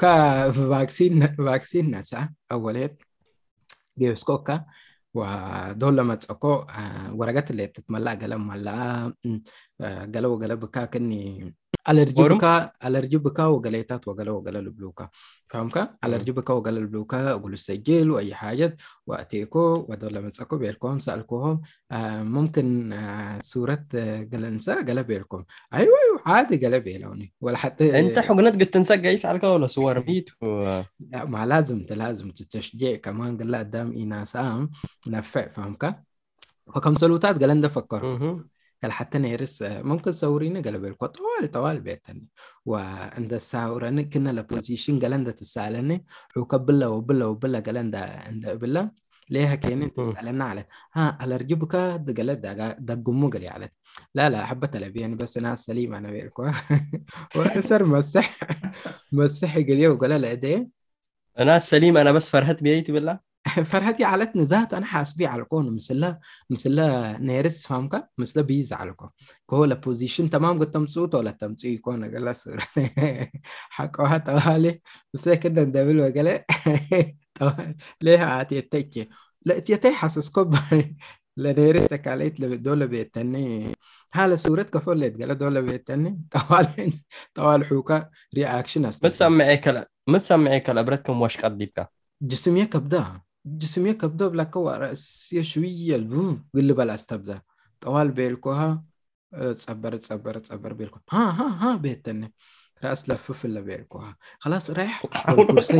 كا فاكسين ناسا أوليت جيوسكوكا ودول لما تسكو ورقات اللي تتملأ قلم ملا قلو قلب كا كني ورم الرجي بكا وقليتات وقلو بلوكا فهمك الرجي بكا وقلو بلوكا اقول السجل واي حاجه واتيكو ودول لما تسكو بيركم سالكوهم ممكن صوره قلنسا قلب بيركم ايوه عادي قلب لوني ولا انت حتى. حقنات قد تنسق جايس على ولا صور ميت لا ما لازم تشجيع كمان قال لا قدام إيناس نفع فهمك فكم سلوتات قال ده فكركم مهم. قال حتى نيرس ممكن صوريني قال بالكو طوال بيتني وعند الساورة كنا لبوزيشن قال ده تسألني وكبلا وبلا قال ده عند بلا ليها كيني مهم. تسألنا على ها على رجبك ده قال ده قمو قال على لا حبة لبي يعني بس ناس سليمة أنا بيركو وسر مسح قال يو قال لا ده انا سليم، انا بس فرحت بيتي بالله. فرهدي علتني ذات انا حاسبي على كون مثلا نيرس فهمك مثلا بيزعل كون كولا بوزيشن تمام قلت مبسوط ولا تمسي كون قال صورة حكوها توالي مثلا كده ندبل وقال ليه عاتي تتكي لا تيتي حاسس كوبا لا نيرستك عليت دولة بيتني هلا صورة كفولت قال دولة بيتني طوال حوكا رياكشن استبدل ما سمعي كلا برتكم واش قد بك. جسم يكبده بلا كو رأسية شوية البو قل بلا استبدا طوال بيلكوها تصبر بيلكو ها بيتني رأس لفف اللي بيلكوها خلاص رايح والكرسي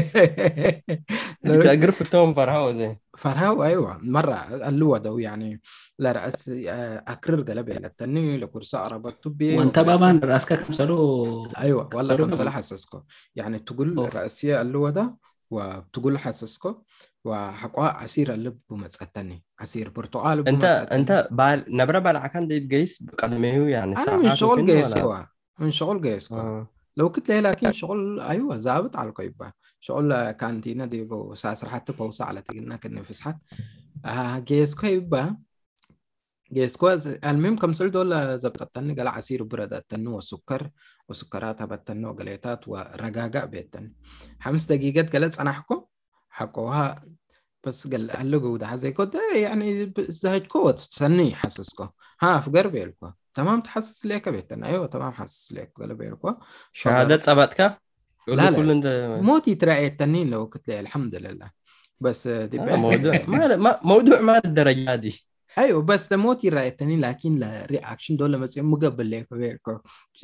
انت اقرف توم فرحوا زي فرهاو ايوه مره اللي ده يعني لا رأس اكرر قلبي على التنمي لكرسي عربة تبي وانت بقى وبيلكو من راسك كم سالو ايوه والله سالو كم بقى. صلاح حسسكو يعني تقول أوه. الرئيسية اللي ده وتقول حسسكو وحقوا عصير اللب ومتسأتني عصير برتقال بمتسأتني انت نبره بالعكان دي تقيس بقدمه يعني انا من ساعات شغل وكن جيسكو ولا؟ من شغل جيسكو آه. لو كنت لي لكن شغل ايوه زابط على القيبة شغل كانتينا دي بو ساس حتى بوسع على تجينا كنا فسحت جيسكو يبقى جيسكو المهم كم سل دول زبطتني قال عصير برد التنو والسكر وسكراتها بالتنو قليتات ورقاقة بيتن 5 دقيقات جلس انا حكوها بس قال له جودة زي كده يعني زهج كوت تسني حسسكو ها في قربي لكو تمام تحسس ليك بيتن ايوه تمام حسس ليك قال بيركو شهادات فقر ثبتك يقول له لا كل انت. موتي ترى التنين لو قلت لي الحمد لله بس ديبند موضوع ما الدرجه دي. ايوه بس ده موتي رأي التنين لكن لا رياكشن دول مثلا مقبل ليك بيركو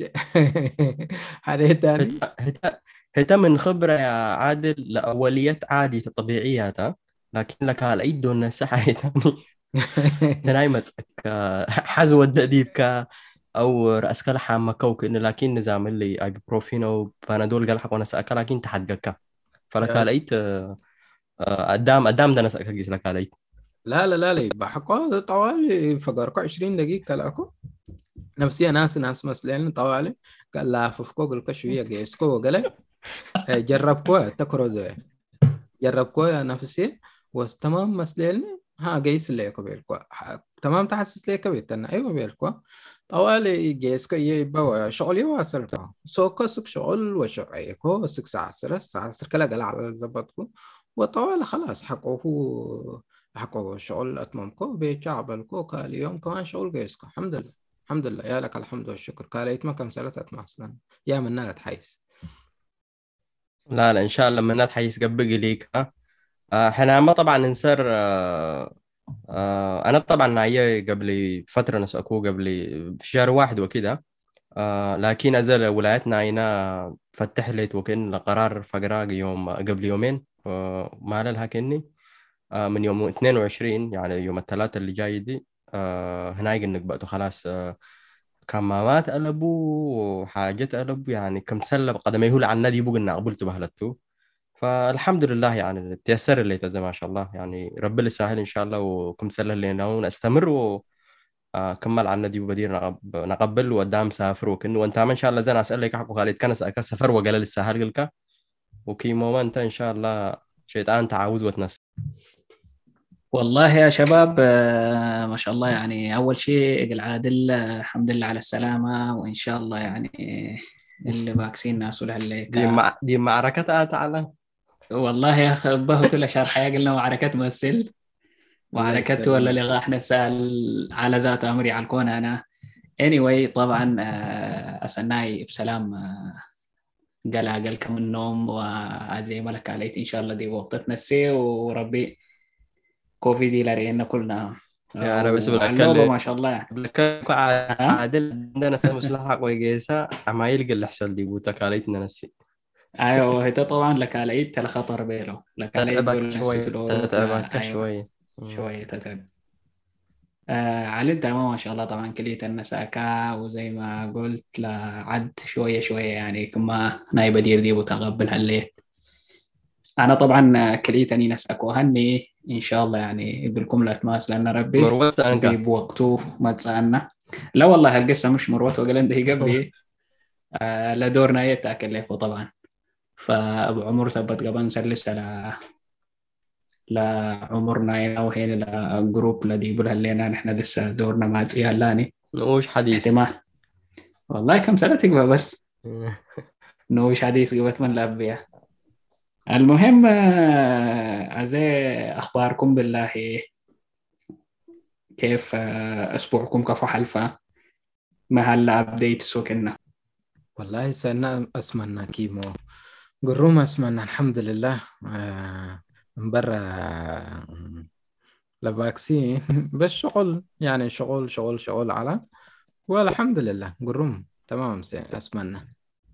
هذا تاني هتا من خبرة يا عادل لأوليات عادي طبيعيات لكن لك على أيد دون الساحة تاني تناي مسك حزو الدديبك أو رأس كلا حامة كوك إن لكن نظام اللي أجبروفين أو بنادول قال حقونا سأكل لكن تحققك فلك على أيد قدام ده نسأك جيس لك على أيد. لا يبقى حقا طوالي فقركو 20 دقيقة لاكو نفسي ناس مسلين طوالي قال لا ففكو قل كشوية جيسكو قال جربكو تكرو ده جربكو يا نفسي تمام مسلين ها جيس ليكو بيركو تمام تحسس ليك بيتنا ايوه بيركو طوالي جيسكو يبقى شغل يواصل سوكو سك شغل وشغيكو سك ساعة كلا قال على زبطكو وطوالي خلاص حقه شغل أتممكو بيجعبلكو اليوم كمان شغل جيسكو الحمد لله يا لك الحمد والشكر كاليت ما كم سنة أتمم أصلا يا من نالت حيس لا إن شاء الله من حيس قبق ليك احنا ما طبعا ننسر انا طبعا نايا قبل فتره نسأكو قبل في شهر واحد وكده. لكن أزل ولايتنا هنا فتح لي وكن قرار فقراق يوم قبل يومين ما لها كني من يوم 22 يعني يوم الثلاثاء اللي جاي دي هناك انك بقى خلاص كمامات قلبوا وحاجات قلبوا يعني كم سلة قدمي هو عن النادي بقى قبلت بهلتو. فالحمد لله يعني تيسر اللي تزي ما شاء الله يعني رب اللي سهل ان شاء الله وكم سلة اللي ناوي نستمر كمل عنا دي بدير نقبل وقدام سافر وكن وانت ان شاء الله زين اسالك حق خالد كان سفر وقال لسه هرقلك وكي مومنت ان شاء الله شيطان تعاوز وتنس. والله يا شباب ما شاء الله يعني أول شيء العادل الحمد لله على السلامة، وإن شاء الله يعني اللي باكسين ناس اللي دي معركة تعالى. والله يا أخي بهت ولا شرح قلنا معركة ممثل الله معركة ولا يسلمك. لغاح نسأل على ذات أمري على الكون أنا. anyway طبعا أسناي بسلام قال كم النوم وأزي ملك عليك إن شاء الله دي وقتنا السي وربي كوفيد لرينا كلنا يا أنا بس وعلى اللوبة بالأكل ما شاء الله. عادل عندنا مسلحة كويسة ما يلقى اللي حصل دي وتكاليتنا نسي. ايوه هي طبعا لك على ايد تلا خطر بيلو لك على ايد تتعبك زول شوية نسيتلو تتعبك ايوه شوية. شويه تتعب. علي الدعوة ما شاء الله طبعا كلية النساكا وزي ما قلت لعد شوية شوية يعني كما نايب دير دي بتقبل هالليت. أنا طبعا كلية أني نسأكو هني إن شاء الله يعني بلكم لا تماس لأن ربي مروت دي أنك بوقته ما تسألنا. لا والله القصة مش مروت وقال ده قبلي لا دورنا يتاكل لكو طبعا. فأبو عمر ثبت قبل سلسة لعمرنا هنا وهنا لجروب الذي يقول لنا نحن لسه دورنا ما فيها لاني نوش حديث. احتمال. والله كم سنة تقبل نوش حديث قبل من لأبيها. المهم أزي أخباركم بالله كيف أسبوعكم كيف حلفة ما هلا أبديت سوكنا. والله سنة أسمعنا كيمو قروم أسمعنا الحمد لله من برا لفاكسين بس شغل يعني شغل على والحمد لله قروم تمام أسمعنا.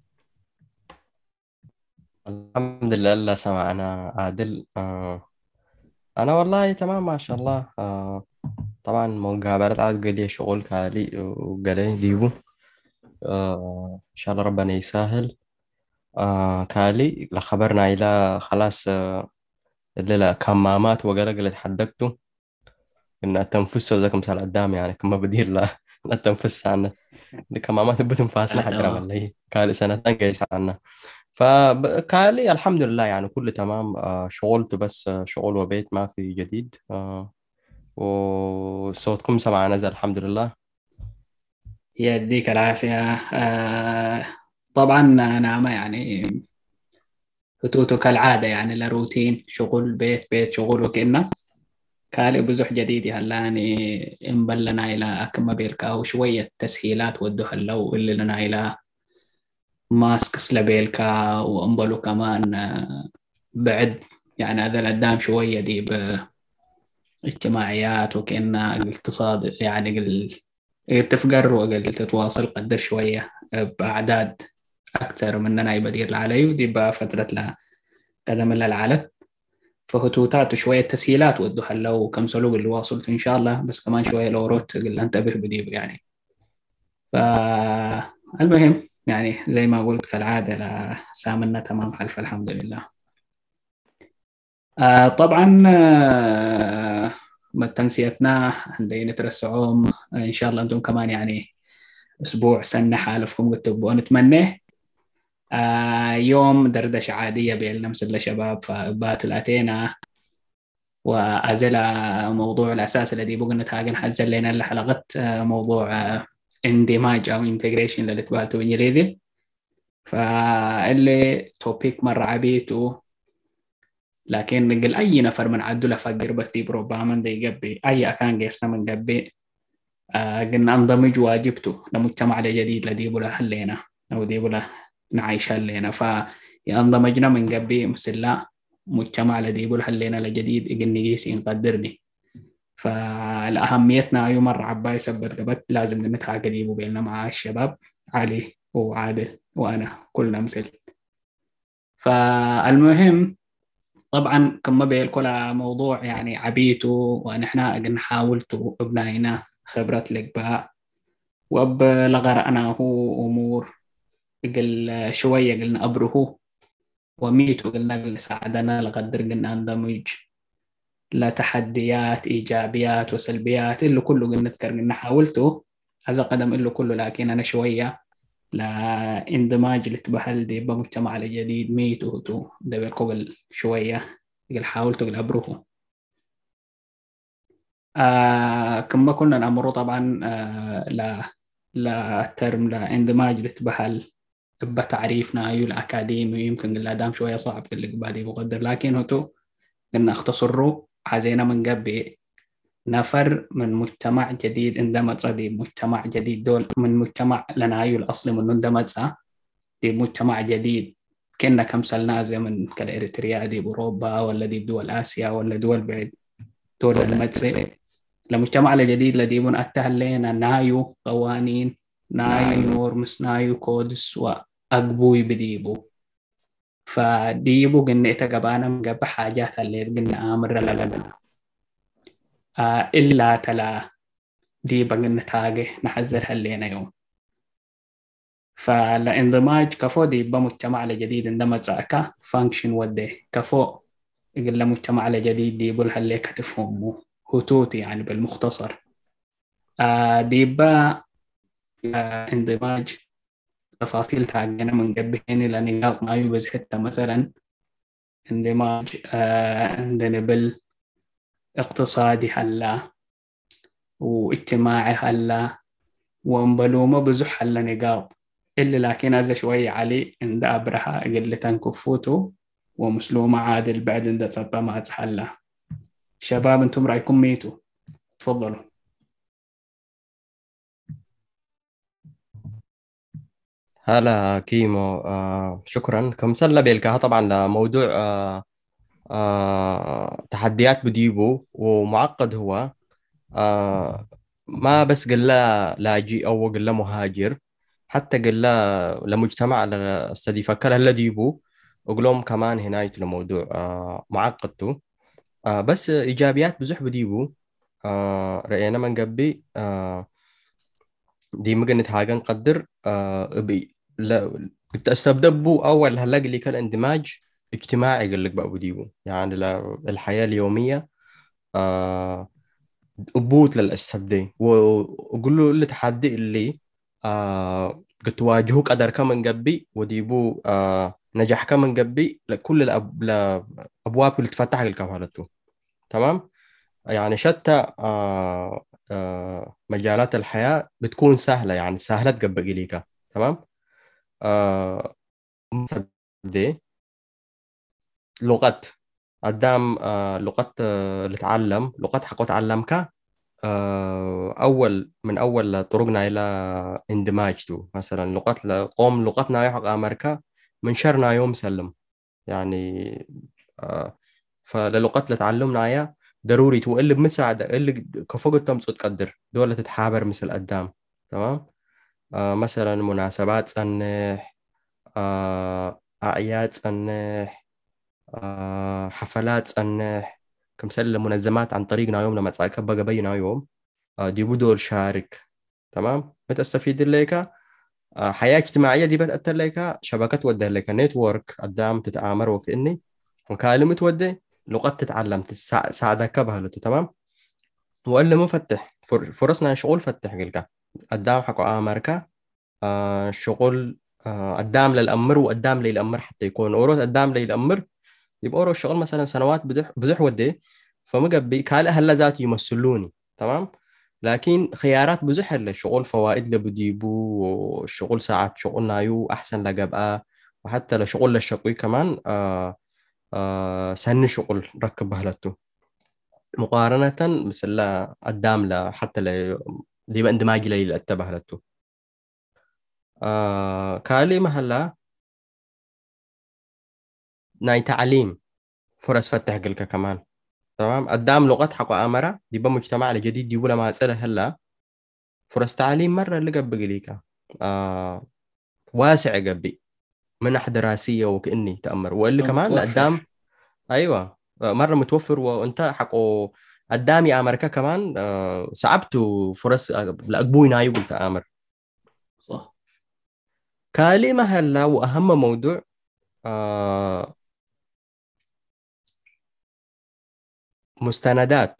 الحمد لله لا سمعنا عادل. أنا والله تمام ما شاء الله. طبعا مقابلات عاد قليل شغل كالي وقليل ديبو. إن شاء الله ربنا يسهل. كالي لخبرنا إلى خلاص. اللي لا كمامات وقلق اللي تحدقته إن التنفس ذاك مثال قدام يعني كما بدير لا لا التنفس عنا دي كمامات بتم فاصلة حقنا تمام. ولا هي كالي سنتين قيس عنا. فكالي الحمد لله يعني كله تمام. شغلته بس شغل وبيت ما في جديد. وصوتكم سمع نزل الحمد لله. يديك العافية طبعا نعمة يعني فتوتو كالعادة يعني لروتين شغل بيت بيت شغل وكأنه كالي بزح جديد هلاني إن لنا إلى أكما بيلكا وشوية تسهيلات ودو هلو اللي لنا إلى ماسك سلابيلكا وأنبلو كمان بعد يعني هذا الأدام شوية دي باجتماعيات وكأنها الاقتصاد يعني تفقر وقل تتواصل قدر شوية بأعداد أكثر مننا يبدير علي ودي بفترة لا قدم للعالم فهتوتات شوية تسهيلات ودوها لو كم سلوك اللي واصلت إن شاء الله بس كمان شوية لو روت قل انتبه بديب يعني. فالمهم يعني زي ما قلت كالعادة لا سامنا تمام حلف الحمد لله. طبعا ما تنسيتنا عندي نترسعوم إن شاء الله أنتم كمان يعني أسبوع سنة حالفكم قلت تبغوا نتمنى يوم دردشة عادية بين مثل الشباب فباتوا الأتينا وأزل موضوع الأساس الذي بقى نتاقن حزل لنا الحلقة موضوع اندماج أو انتجريشن اللي تبالتو بالإنجليزي فاللي توبيك مرة عبيتو لكن نقل أي نفر من عدو لفقر بكتيب ربما دي قبي أي أكان قيسنا من قبي قلنا أنضمج واجبته لمجتمع جديد لديبو لحلينا أو ديبو نعيش هلينا فينضمجنا من قبي مثل مجتمع لديبو لحلينا لجديد إقني جيسي نقدرني فالأهميتنا أي مرة عباي سبت قبت لازم نتحقق ديبو بيننا مع الشباب علي وعادل وأنا كلنا مثل. فالمهم طبعا كما بيل كل موضوع يعني عبيته ونحن نحاولت ابنائنا خبرة لقباء واب لغرأنا هو أمور قل شوية قلنا أبره وميت قلنا قل ساعدنا لقدر قلنا نندمج لتحديات إيجابيات وسلبيات اللي كله قلنا نذكر قلنا حاولته هذا قدم اللي كله لكن أنا شوية لاندماج لتبهل دي بمجتمع الجديد ميت وهتو ده بالقبل شوية قل حاولت قل أبره كما كنا نأمره طبعا لا ترم لا اندماج لتبهل بتعريف نايو الأكاديمي يمكن قلنا دام شوية صعب قل لك بعدي بقدر، لكن هو قلنا اختصره حزينا من قبل نفر من مجتمع جديد اندمج دي مجتمع جديد دول من مجتمع لنايو الأصلي من اندمج دي مجتمع جديد كنا كم سلنا زي من كالإريتريا دي بأوروبا ولا دي بدول آسيا ولا دول بعيد دول المجزء لمجتمع الجديد الذي من أتهلنا نايو قوانين نايو نورمس نايو كودس وأقبوي بديبو فديبو قلنا إتقبانا مقب حاجات اللي قلنا آمر لنا إلا تلا ديبا قلنا تاقه نحذر هلينا يوم فالانضماج كفو ديبا مجتمع الجديد عندما تساكا فانكشن وده كفو قلنا مجتمع الجديد ديبو هلي كتفهمه هتوتي يعني بالمختصر ديبا اندماج تفاصيل تاقنا من قبهين لنقاط ما يبز حتى مثلا اندماج عندنا بالاقتصادي هلا واجتماعي هلا وانبلومه بزح هلا نقاط اللي لكن هذا شوي علي عند أبرهة قلة كفوته ومسلومة عادل بعد عند تطمات هلا شباب انتم رأيكم ميتوا تفضلوا. هلا كيمو، شكرا كمسلة بيلكها طبعا لموضوع تحديات بديبو ومعقد هو. ما بس قل لا لاجئ أو قل لا مهاجر، حتى قل لا لمجتمع استدي فكر هلا ديبو وقلهم كمان هنا الموضوع معقدته. بس إيجابيات بزح بديبو. رأينا من قبي دي ممكن نتحاجن نقدر بي لا استبدبو أول هلاقي اللي كان اندماج اجتماعي قال لك بقى بديبو يعني الحياة اليومية أبوت للاستبدي وقول له اللي تحدي اللي قد تواجهوك قدر كمان قبي وديبو نجح كمان قبي لكل الأبواب اللي تفتح الكفالته. تمام يعني شتى مجالات الحياة بتكون سهلة، يعني سهلة تقبق ليك. تمام دي لغات قدام لغات اللي تعلم لغات حقو تعلمك أول طرقنا إلى اندماج تو مثلا لغات قوم لغتنا حق أمريكا من شرنا يوم سلم يعني فللغات لتعلمنا يا ضروري تو اللي بمساعدة اللي كفوق التمس تقدر دولة تتحابر مثل قدام. تمام مثلا مناسبات صنح أعياد صنح حفلات صنح كمثال منظمات عن طريقنا يوم لما تساعدك بقى بينا يوم دي بدور شارك. تمام بتستفيد لك حياة اجتماعية دي بتأثر لك شبكة تودي لك نتورك قدام تتآمر وكأني وكلمة تودي لغة تتعلم تساعدك بها. تمام وإلا مفتح فرصنا شغل فتح قلقا قدام حقو أمريكا شغل قدام للأمر وقدام لي الأمر حتى يكون أورو قدام لي الأمر يبقى أورو الشغل مثلا سنوات بزح ودي فمقبي كالا هلا ذات يمثلوني. تمام لكن خيارات بزح الشغل فوائد لبديبو والشغل ساعات شغل نايو أحسن لقبقى وحتى لشغل للشقوي كمان سن شغل ركب بهلته مقارنة مثل قدام حتى دي باندماج لي التبهلته كالي محلا ناي تعليم فرص فتح قلك كمان. تمام قدام لغات حقو أمرا دي بمجتمع الجديد دي ولا ما أسأله هلا فرص تعليم مرة اللي قبل قليكا واسع قبي منح دراسية وكأني تأمر واللي كمان قدام أيوة مرة متوفر وأنت حقو قدامي أمريكا كمان صعبتوا فرص لأقبوي نايو قلت أمر صح. كلمة هلا وأهم موضوع مستندات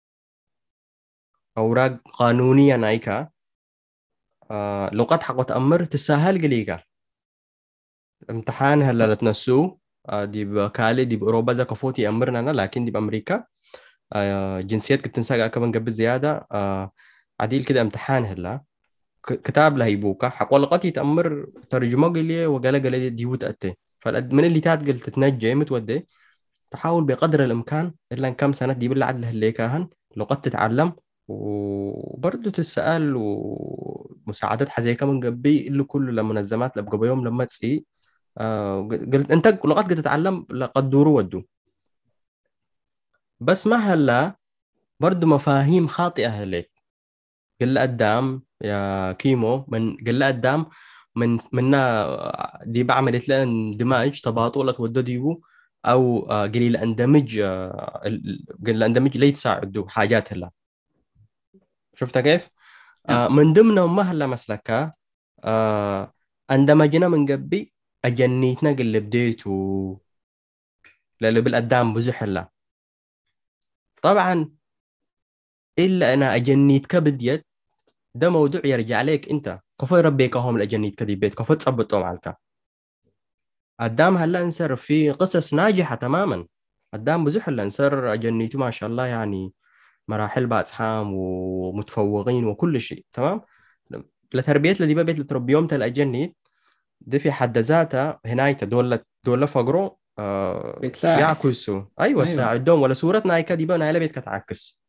أوراق قانونية نايكا لغات حقو تأمر تسهل قليكا امتحان هلا لتنسو دي بكالي دي بأوروبا زي كفوتي أمرنا لكن دي بأمريكا جنسيات كنت نساقها كمان قبل زيادة عديل كده امتحان هلا كتاب له يبوكا حق ولقتي تأمر ترجمه قلي وقال ديوت أتي فمن اللي تات قلت تتنجي متودي تحاول بقدر الإمكان إلا إن كم سنة دي بالله عدله اللي كاهن لغات تتعلم وبرضه تسأل ومساعدات حزيكة من قبي اللي كل المنظمات لبقى بيوم لما تسي قلت أنت لغات قد تتعلم لقد دوروا ودوا بس ما هلا برضه مفاهيم خاطئة هليك قل قدام يا كيمو من قل قدام منا دي بعملت لها اندماج تباطؤ لك ودو ديبو او قليل اندمج قليل اندمج لي تساعدوا حاجات هلا شفت كيف من ضمنهم ما هلا مسلكة اندمجنا من قبي اجنيتنا اللي بديتو للي بالقدام بزح هلا طبعا الا انا اجنيتك بديت ده موضوع يرجع لك انت كفو يربيك هم الاجنيت كدي بيت كفو تصبطوا معك قدام هلا انسر في قصص ناجحه تماما قدام بزح هلا انسر اجنيته ما شاء الله يعني مراحل بعد سحام ومتفوقين وكل شيء تمام لتربيه اللي بيت لتربيهم الاجنيت دي في حد ذاتها هنايته دول فقروا بتساعد. بيعكسوا ايوه ساعدهم ولا صوره نايكا دي بقى بيت كتعكس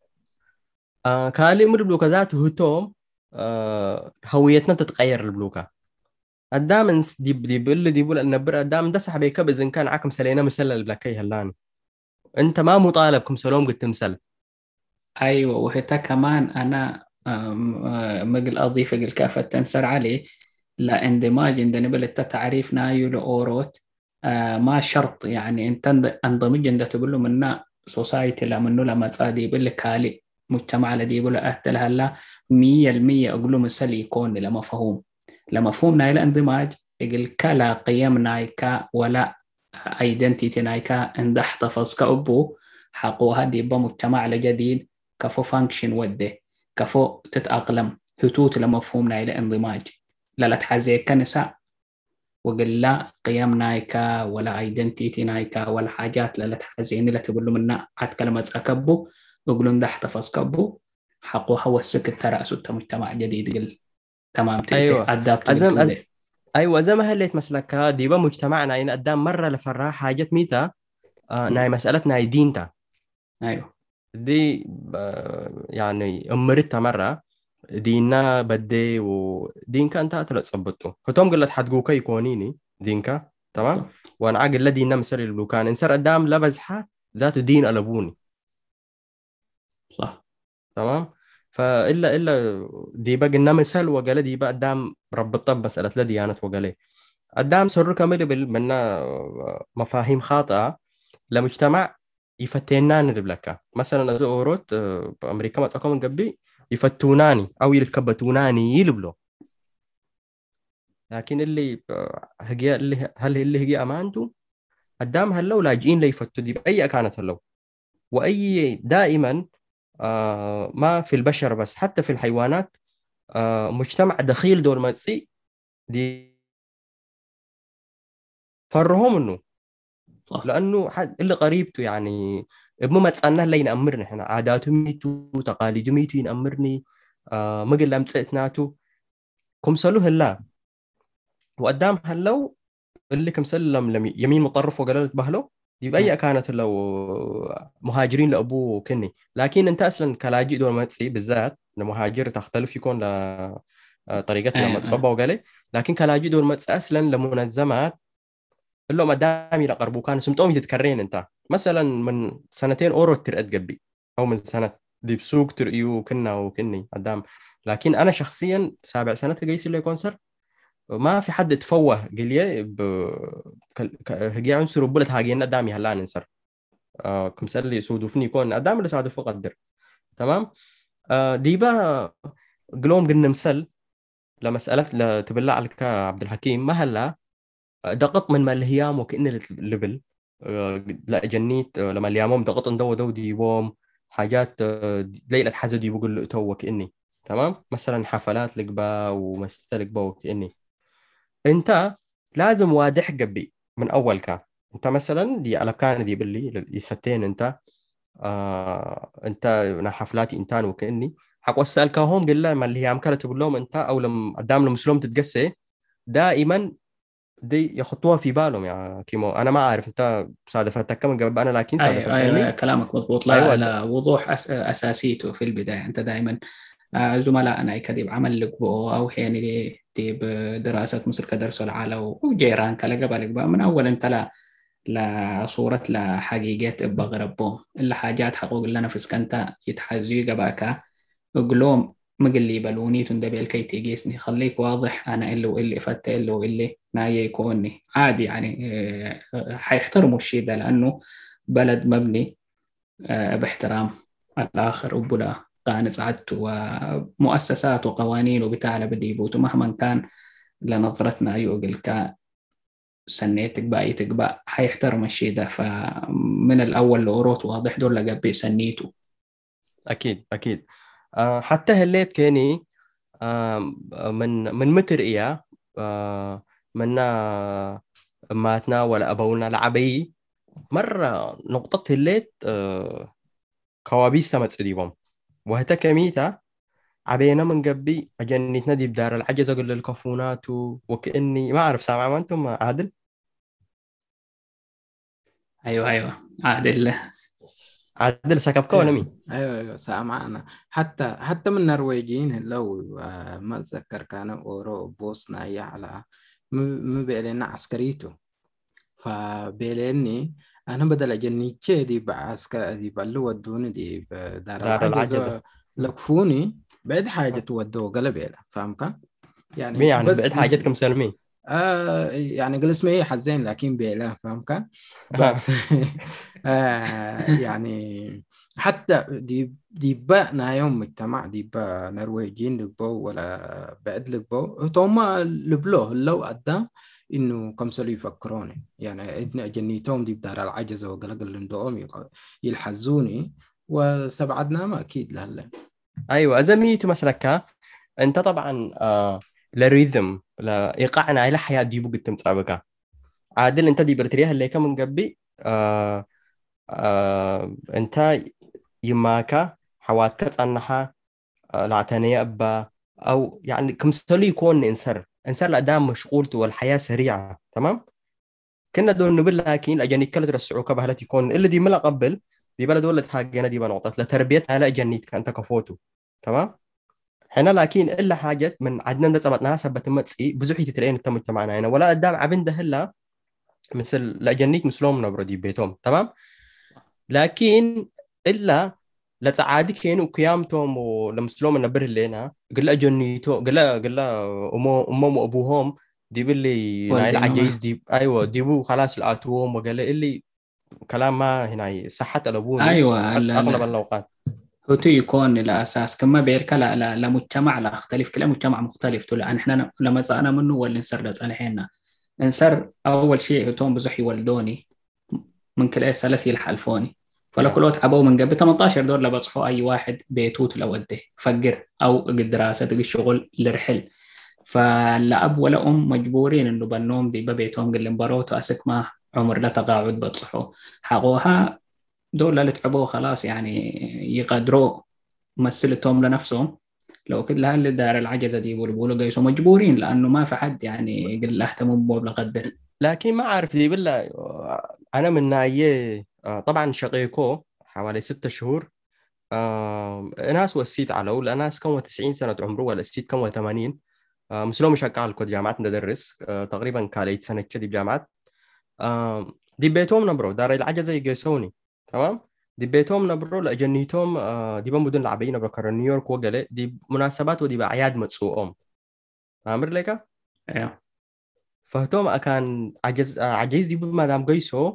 كالي امر بلوكا ذاته هتوم هويتنا تتغير البلوكا قدام دي بقول النبر قدام ده سحب يكب اذا كان عكم سلينا مسل البلاكي هلاني انت ما مطالب كم سلوم قلت تمثل ايوه وهتا كمان انا مقل اضيف الكافة تنسر عليه لا اندماج عندنا بلت تعريف نايو لاوروت ما شرط يعني انت انضمج عند تقول له منا سوسايتي لا منو لما تصادي يقول كالي مجتمع الذي يقول أهتل هلا 100% أقول له مثل يكون لمفهوم نايل اندماج يقول كلا قيم نايكا ولا ايدنتيتي نايكا عند احتفظ كأبو حقوها دي بمجتمع جديد كفو فانكشن وده كفو تتأقلم هتوت لمفهوم نايل انضماج لا تحزي كنساء وقل لا قيم نايكا ولا ايدنتيتي نايكا ولا حاجات لا تحزيني لا تقول له منا عاد كلمة أكبو وقلون ده احتفظ كبو حقوها والسكت ترأسو مجتمع جديد قل تمام ايوه أدابتو ايوه زي ما هليت مسلكها دي بقى مجتمعنا إن قدام مره لفرا حاجات ميتا ناي مسألتنا ناي دينتا ايوه دي يعني امرتها مره دينا بدي ودينكا انت تصبطه فتوم قلت حتقوكا يكونيني دينكا تمام وانا عاقل لا دينا مسر البلوكان انسر قدام لا بزحه ذاته دين الابوني صح تمام الا دي بقى لنا مثال وقال دي بقى قدام رب الطب مساله لا ديانه وقال قدام سر كامل منا مفاهيم خاطئه لمجتمع يفتنان نربلكا مثلا از اوروت بامريكا ما تسقم قبي يفتوناني او يركبتوناني يلبلو لكن اللي هجي اللي هجي امانته قدام هلو لاجئين ليفتوا دي باي كانت هلو واي دائما ما في البشر بس حتى في الحيوانات مجتمع دخيل دور ما تسي دي فرهم انه صح. لانه اللي قريبته يعني ابو ما تسالنا لا ينامرنا احنا عاداته ميتو تقاليده ميتو ينامرني ما قل امسئتناتو كم سلو هلا وقدام هلو اللي كم سلم يمين مطرف وقال بهلو يبقى كانت لو مهاجرين لابوه كني لكن انت اصلا كلاجئ دول ما تسي بالذات المهاجر تختلف يكون طريقتنا لما تصبوا وقال لكن كلاجئ دول ما تسي اصلا لمنظمات اللي ما دام يقربوا كان سمتهم يتكررين انت مثلا من سنتين اورو ترقد قبي او من سنه دي بسوق ترقيو كنا وكني قدام لكن انا شخصيا 7 سنة قيس اللي كونسر ما في حد تفوه قليه هجي عنصر بولت هاجينا قدامي هلا ننسر كمثال لي سودفني يكون قدام اللي صادف قدر تمام ديبا قلوم قلنا مثل لمسألة تبلع عليك عبد الحكيم ما هلا دقط من مالهيام وكأن اللبل لا جنيت لما اليامهم دقط دو ديبوم حاجات ليلة حزد يقول تو كأني تمام مثلا حفلات لقبا ومستلق بو كأني انت لازم واضح قبي من اول كان انت مثلا دي على كان دي باللي يستين انت انت حفلاتي انتان وكأني حق وسألكهم قل لهم اللي هي عم تقول لهم أنت أو لما قدام المسلم تتقسي دائما دي يخطوها في بالهم يا كيمو. أنا ما أعرف أنت صادفتك كم قبل أنا، لكن ايوه ايوه صادفتني. كلامك مضبوط. لا أيوة لا وضوح اساسيته في البدايه. انت دائما زملائنا كديب عمل لك بو او حين دي بدراسه مصر كدرسوا العالم وجيران كلا قبل من اول انت لا صورة لا حقيقات بغرب بوم إلا حاجات حقوق لنا في سكنتا يتحجي قباكا قلوم مقلي بلوني تندبي الكي تيجيسني خليك واضح أنا إلي وإلي فت إلي وإلي نايا يكونني عادي يعني. حيحترموا الشيء ده لأنه بلد مبني باحترام الآخر وبلا قانص عدته ومؤسسات وقوانين وبتاع بديبوت مهما كان لنظرتنا يوقل سنيتك بقى بقى حيحترم الشيء ده. فمن الأول لأوروت واضح دول لقى سنيته. أكيد أكيد. حتى هليت كيني من متر إياه منا ماتنا ولا أبونا لعبي مرة نقطة هليت كوابيس تمت سديبهم وهتا كميتا عبينا من قبي أجنيتنا دي بدار العجز أقول للكفونات وكأني ما أعرف سامع ما أنتم عادل. أيوه أيوه عادل. عادل سكبكا ولا مين؟ ايوه سامعنا. حتى من النرويجيين لو ما اتذكر كانوا اورو بوسنا يا على مبيلنا عسكريته فبيلني انا بدل اجني دي بعسكر دي بلو ودوني دي بدار دار العجزة. العجزة لكفوني بعد حاجة تودوه قلبيلا فهمك مين يعني يعني بس بعد حاجتكم سلمين؟ يعني قال اسمه حزين لكن بيلا فهمك بس يعني حتى دي بقى يوم مجتمع دي بقى نرويجين لبو ولا بعد لبو هم لبلوه لو قدام انه كم سنة يفكروني يعني ابن جنيتهم دي بدار العجزة وقلق اللندوم يلحزوني وسبعدنا ما اكيد لهلا. أيوة أزميت مسلكا أنت طبعا لريذم لإيقاعنا إلى حياة دي بقت تمسابقة عادل أنت دي برتريها اللي كم من قبي أنت يماكا حواتك أنها العتانية أبا أو يعني كمثال يكون إنسان لأدام مشغولته والحياة سريعة تمام. كنا دون نبل لكن أجاني كلا ترسعوا كبهلة يكون إلا دي ملا قبل دي بلد ولا حاجة دي بنقطة لتربيتها لا أجانيت كأنت كفوتو تمام. حنا لكن إلا حاجة من عدنا نتسبتنا سبت متسي بزحي تتلين تم اجتماعنا هنا ولا أدام عبنده هلا مثل لأجانيت مسلوم نبردي بيتهم تمام. لكن إلا لا تعادك هنا وقيامتهم ولمسلوم نبر لنا قل جنيتو قل أمهم وأبوهم دي باللي نايل عجيز والدينما دي أيوة دي بو خلاص الآتوهم وقال اللي كلام ما هنا صحة الأبوني أيوه أغلب الأوقات. هو يكون الأساس كما بيرك لا مجتمع لا اختلف كلا مجتمع مختلف تلا احنا لما أنا منه ولا نسر أنا حنا نسر أول شيء توم بزحي والدوني من كل سلاسل حلفوني فلا نعم كل وقت عبوا من قبل 18 دور لا بصحوا أي واحد بيتوت لو أده فقر أو دراسة الشغل لرحل. فلا أب ولا أم مجبورين إنه بنوم دي ببيتهم قل مبروت وأسك ما عمر لا تقاعد بتصحوا حقوها دول اللي تعبوا خلاص يعني يقدروا مثلتهم لنفسهم. لو كده لهل دار العجزة دي بيقولوا قيسوا مجبورين لأنه ما في حد يعني قل اهتموا بمبلغ قدر. لكن ما أعرف دي بالله أنا من ناية طبعا شقيقو حوالي 6 شهور ناس وسيت على ولا ناس كم 90 سنة عمره ولا سيت كم 80 مسلوم شغال كود جامعات ندرس تقريبا كاليت سنة كذي بجامعات دي بيتهم نبرو دار العجزة يقيسوني تمام. دي بيتهم نبرو لأجنيتهم دي بمدن العبيين نبرو كرر نيويورك وقلة دي مناسبات ودي بأعياد متسوقهم أمر لك. ايوه فهتوم كان عجز دي بما دام قيسو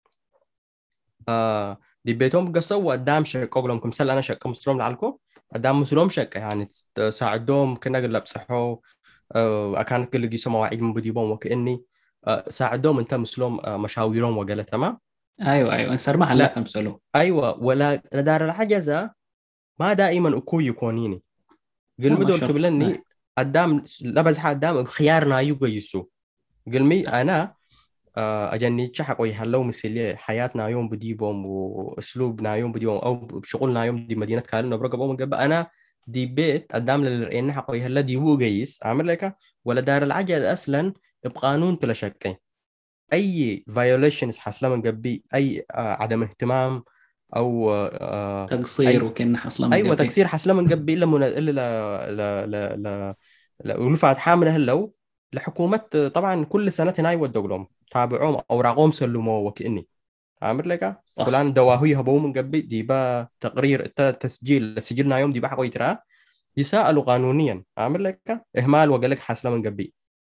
دي بيتهم قصوا قدام شك أقولهم كم سنة أنا شك مسلوم لعلكم قدام مسلوم شك يعني ساعدوهم كنا قل بصحوا كانت قل قيسوا مواعيد من بديبهم وكأني ساعدوهم انت مسلوم مشاويرهم وقال تمام. ايوه ايوه انسر ما هلا لا كم سلو. ايوه ولا لدار العجزه ما دائما اكو يكونيني قل لا ما مدول شرط تبلني قدام لبز قدام بخيارنا يقيسوا قل مي انا اجني تشحق ويهلو مثل حياتنا يوم بديبهم واسلوبنا يوم بديبهم او بشغلنا يوم دي مدينه كالنا برقبهم قبل انا دي بيت قدام للرئينا حقوي هلا دي هو جيس عامل لك ولا دار العجل أصلا بقانون تلا شكين أي violations حصل من قبي أي عدم اهتمام أو تقصير أي وكأنه حصل من أيوة قبل. تقصير حصل من قبي إلا إلا لا لا لا لا ورفعت حامله هلو لحكومة طبعا كل سنة هنا يودوا لهم تابعوهم أوراقهم سلموه وكأني عامل لك صح. فلان دواهي هبو من قبل دي با تقرير تسجيل سجلنا يوم دي با حقوي ترى يسألوا قانونيا عامل لك إهمال وقال لك حصل من قبل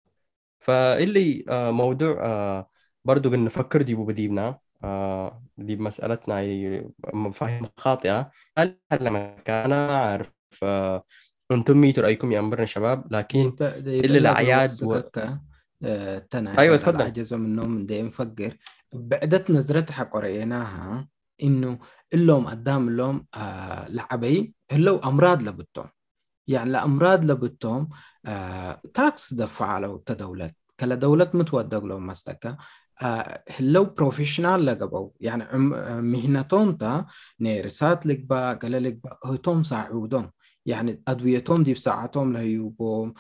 فاللي موضوع برضو بنفكر دي بديبنا دي مسألتنا مفاهيم خاطئة هل لما كان عارف انتم ميتوا رأيكم يا أمرنا شباب لكن دي اللي بلا الأعياد بوسكك تنا أيوة دار تفضل العجز من النوم دي مفكر بعدت نظرتها قريناها إنه اللوم قدام اللوم لعبي اللو أمراض لبتهم يعني الأمراض لبتهم تاكس دفع له تدولت كلا دولت متودق لهم مستكا هلو بروفيشنال لقبو يعني مهنتهم تا نيرسات لك با قال لك با هتهم ساعودهم يعني أدويتهم دي بساعتهم لهيوبهم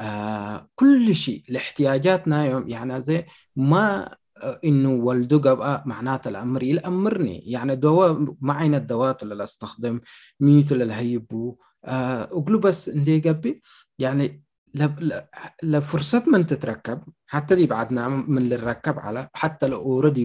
كل شيء لاحتياجاتنا يوم يعني زي ما إنه ولدو قبقى معناته الأمر يلأمرني يعني دواء معين الدوات اللي استخدم ميتو للهيبو أقول بس ندي قبي يعني لفرصة من تتركب حتى دي بعدنا من اللي ركب على حتى لو أوريدي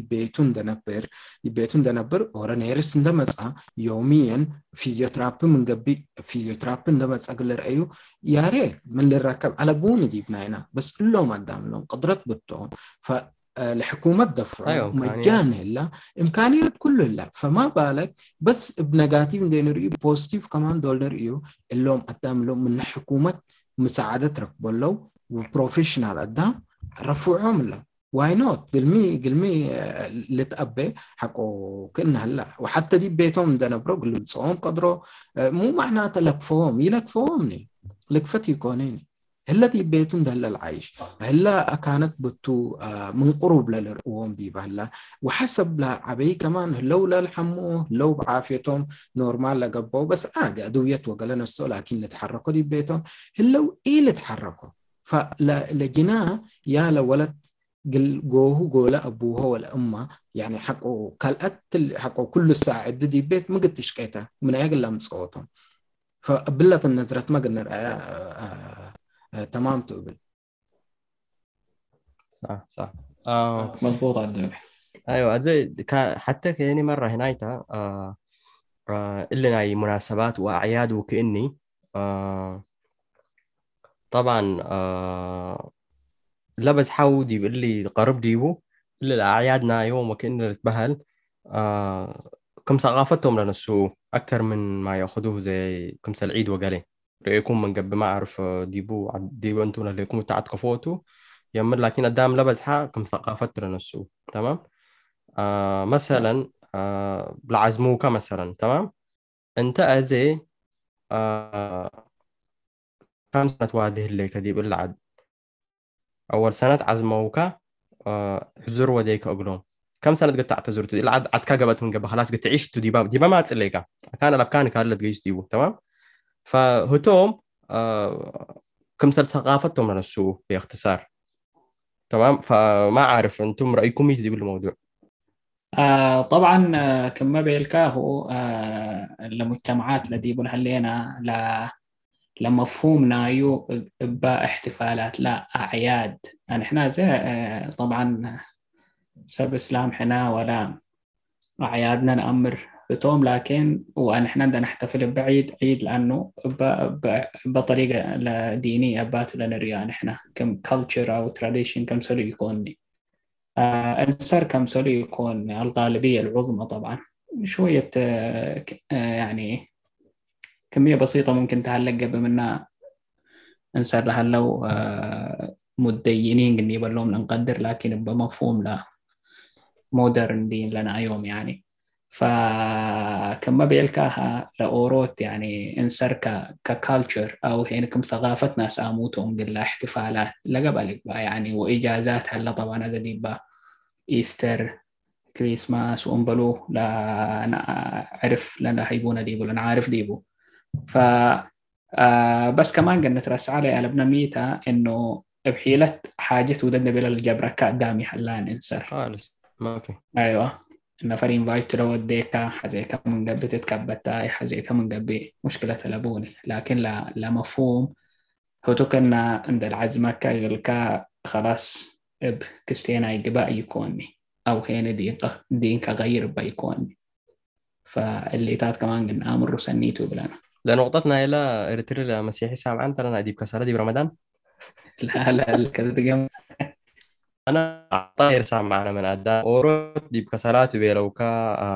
بيتون دنبر أورا نيرس ندمسا يوميا فيزيوترابي من قبي فيزيوترابي ندمسا قل رأيو يا ريت من اللي ركب على بوني دي بناينا بس كلهم قدام لهم قدرت بتوهم الحكومة دفعوا أيوة إمكانيات مجانا إلا إمكانيات كله إلا فما بالك بس بنيجاتيف دينر بوزيتيف كمان دولار اللوم قدام لهم من حكومة مساعدة ركبوا له وبروفيشنال قدام رفعهم له واي نوت قلمي اللي تأبي حقو كنا هلا وحتى دي بيتهم ده نبرو قلوا صوم قدروا مو معناته لكفوهم يلكفوهمني لكفتي كونيني هلا دي بيتهم ده هلا العايش هلا كانت بتو من قرب للرؤوم دي بهلا وحسب لا عبي كمان لو لا الحموه لو بعافيتهم نورمال لقبوا بس عادي أدوية وقالنا السؤال لكن نتحركوا دي بيتهم هلا إيه اللي تحركوا فلجناه يا لولد جوه جولا أبوه ولا أمه يعني حقه كالقتل حقه كل ساعة دي بيت ما قد تشكيته من أجل لم صوتهم فقبلة النظرة ما قلنا تمام تقبل صح صح مضبوط عدوي. أيوة زي حتى كأني مرة هنايتها اللي ناي مناسبات وأعياد وكأني طبعا لبس حاو دي اللي قرب ديبو اللي الأعيادنا يوم وكأنه تبهل كم ثقافتهم لنسو أكثر من ما يأخذوه زي كم العيد وقالي يكون من قبل ما أعرف ديبو أنتم اللي يكونوا تعتقفوتوا يمر لكن قدام لبس حا كم ثقافته لنسو تمام مثلا بالعزموكة مثلا تمام أنت أزي كم سنة واده اللي كدي بالعد أول سنة عزموكا حزر وديك أقولهم كم سنة قد تعتذر تدي العد عد كجبت من قبل خلاص قد تعيش تدي باب دي ما تسليكا كان الأبكان كان اللي تجيش ديبو تمام فهتوم كم سنة ثقافتهم من السوق باختصار تمام فما أعرف أنتم رأيكم إيه تدي بالموضوع طبعا كما بيلكاهو المجتمعات التي بنحلينا لمفهومنا يو باحتفالات لا أعياد يعني إحنا زي طبعا سب إسلام حنا ولا أعيادنا نأمر بتوم لكن وأن إحنا بدنا نحتفل بعيد عيد لأنه بطريقة دينية باتوا لنا ريان إحنا كم culture أو tradition كم سوري يكون السر كم سوري يكون الغالبية العظمى طبعا شوية يعني كمية بسيطة ممكن تهلق منها انسر لها لو متدينين قد يبلوم نقدر لكن بمفهوم لا مودرن دين لنا يوم يعني فكما بيلكاها لأوروت يعني انسر ككالتشر أو يعني كم ثقافة ناس آموتهم قل احتفالات لقبلك يعني وإجازات هلا طبعا هذا ديبا إيستر كريسماس وأمبلو لا أنا أعرف لنا هيبونا ديبو لنا عارف ديبو بس كمان قد نترسع على ابن ميتا إنه بحيلة حاجة ودنا بلا الجبرة كقدامي حلان إنسر خالص ما في. أيوة إن فرين فايت لو وديكا حزيكا من قبل تتكبتاي حزيكا من قبل مشكلة لبوني لكن لا مفهوم هو تكنا عند العزمة كا خلاص كستينا يجبا يكوني أو هنا دين كغير بيكوني فاللي تات كمان قلنا أمر سنيتو بلانا لنقطتنا إلى إريتريا مسيحي سامعان ترى ديب كسرة دي برمضان. لا كذا تقام أنا طاير سامعنا من أداء أوروت ديب كسرات بيلوكا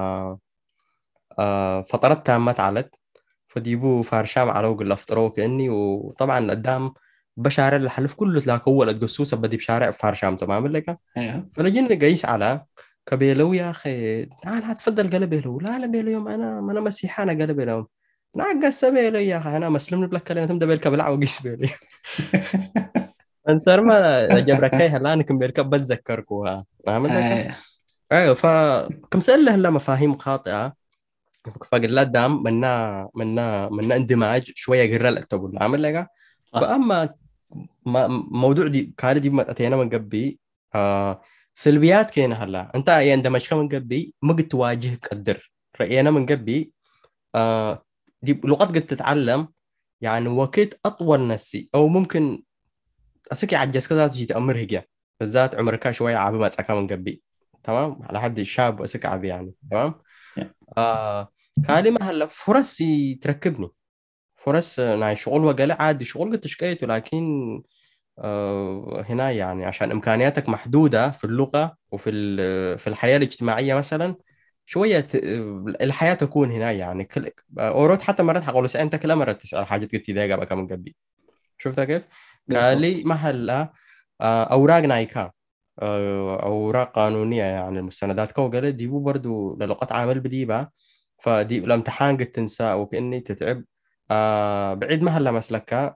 فترات تامت علت فديبو فارشام على وقل أفطروا كأني. وطبعا قدام بشارع الحلف كله تلاقي أول القصوصة بدي بشارع فارشام تمام لك. أيوه فلجينا قيس على كبيلو يا أخي تعال تفضل قلب بيلو. لا بيلو يوم أنا مسيحي أنا قلب بيلو نعقص بيلو يا أخي أنا مسلم لك كلمة تمدا بيلك بلع وقيس بيلي أنصر ما جبركي هلا أنا كم بيلك بتذكركوها أعمل لك. أيوة فكم سأله هلا مفاهيم خاطئة فقال لا دام منا اندماج شوية قرر التقول عامل لك. فأما موضوع دي كاري دي ما أتينا من قبي سلبيات كينا هلا أنت عندما شكا من قبي ما قد تواجهك قدر رأينا من قبي دي لغات قد تتعلم يعني وقت أطول نسي أو ممكن أسكي عجز كذا تجي تأمر هجيا بالذات عمرك شوية عابي ما تسكا من قبي تمام على حد الشاب وأسكي عابي يعني تمام. كلمة هلا فرص تركبني فرص يعني شغل وقال عادي شغل قد تشكيته لكن هنا يعني عشان إمكانياتك محدودة في اللغة وفي في الحياة الاجتماعية مثلا شوية الحياة تكون هنا يعني أوروت حتى مرات حقول أنت كل مرة تسأل حاجات قلت لي قبل كم قبل شفتها كيف؟ كالي محل أوراق نايكا أوراق قانونية يعني المستندات كوغل دي برضو للغة عامل بديبة فدي الامتحان قد تنسى وكأني تتعب بعيد محل مسلكة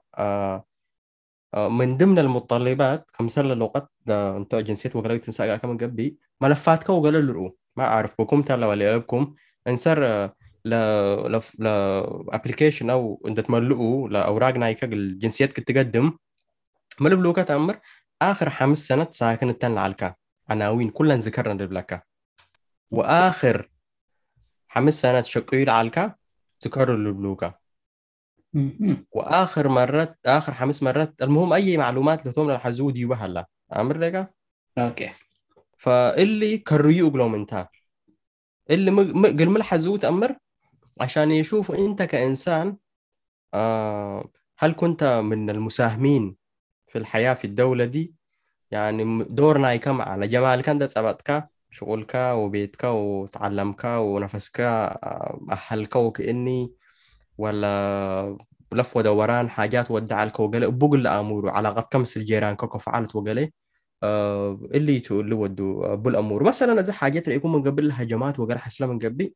من ضمن المتطلبات كمثال لغة انتو جنسية وغير تنسى كمان قبل ملفات وقال الرؤو ما أعرف بكم تلا ولا لكم انسر ل ابلكيشن او انت تملؤوا لاوراق نايكا الجنسيات كتقدم ملف لوكا تأمر آخر 5 سنة ساكن التن العالكا عناوين كلها ذكرنا لبلكا وآخر 5 سنة شقير عالكا تكرر لبلوكا واخر مرات اخر 5 مرات المهم اي معلومات اللي تومنا الحزودي وهلا امر لك اوكي فاللي كريو بلومنتا اللي قل الحزود امر عشان يشوفوا انت كانسان هل كنت من المساهمين في الحياه في الدوله دي يعني دورنا يكم على جمال كان ده ثبتك شغلك وبيتك وتعلمك ونفسك اهلك وكاني ولا لف ودوران حاجات ودع لك وقال بقول امور علاقات كمس الجيران كوكو فعلت وقال اللي تقول له ودو بالامور مثلا اذا حاجات يكون من قبل هجمات وقال حسلا من قبل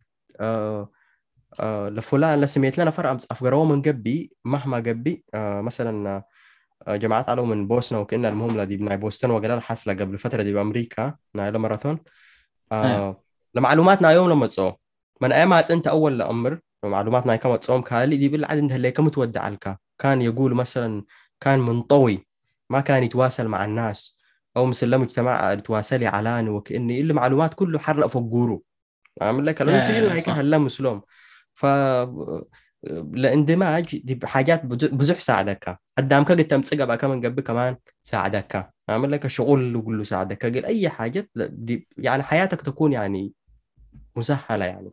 لفلان لسميت لنا فرق افقروا من قبل مهما قبل مثلا جماعات علوا من بوسنا وكأن المهم دي بناي بوسطن وقال حسلا قبل فتره دي بامريكا نايل ماراثون لمعلوماتنا يوم لما تصو من ايامات انت اول لامر معلوماتنا كم تصوم كالي دي بالعاده انت اللي كم تودع لك كان يقول مثلا كان منطوي ما كان يتواصل مع الناس او مسلم مجتمع يتواصلي علاني وكاني اللي معلومات كله حرق فوق جورو عامل لك لانه سجلنا هيك هلا مسلم ف الاندماج دي حاجات بزح ساعدك قدامك قد تمسك بقى كمان قبل كمان ساعدك عامل لك الشغل اللي كله ساعدك قال اي حاجه دي يعني حياتك تكون يعني مسهله يعني.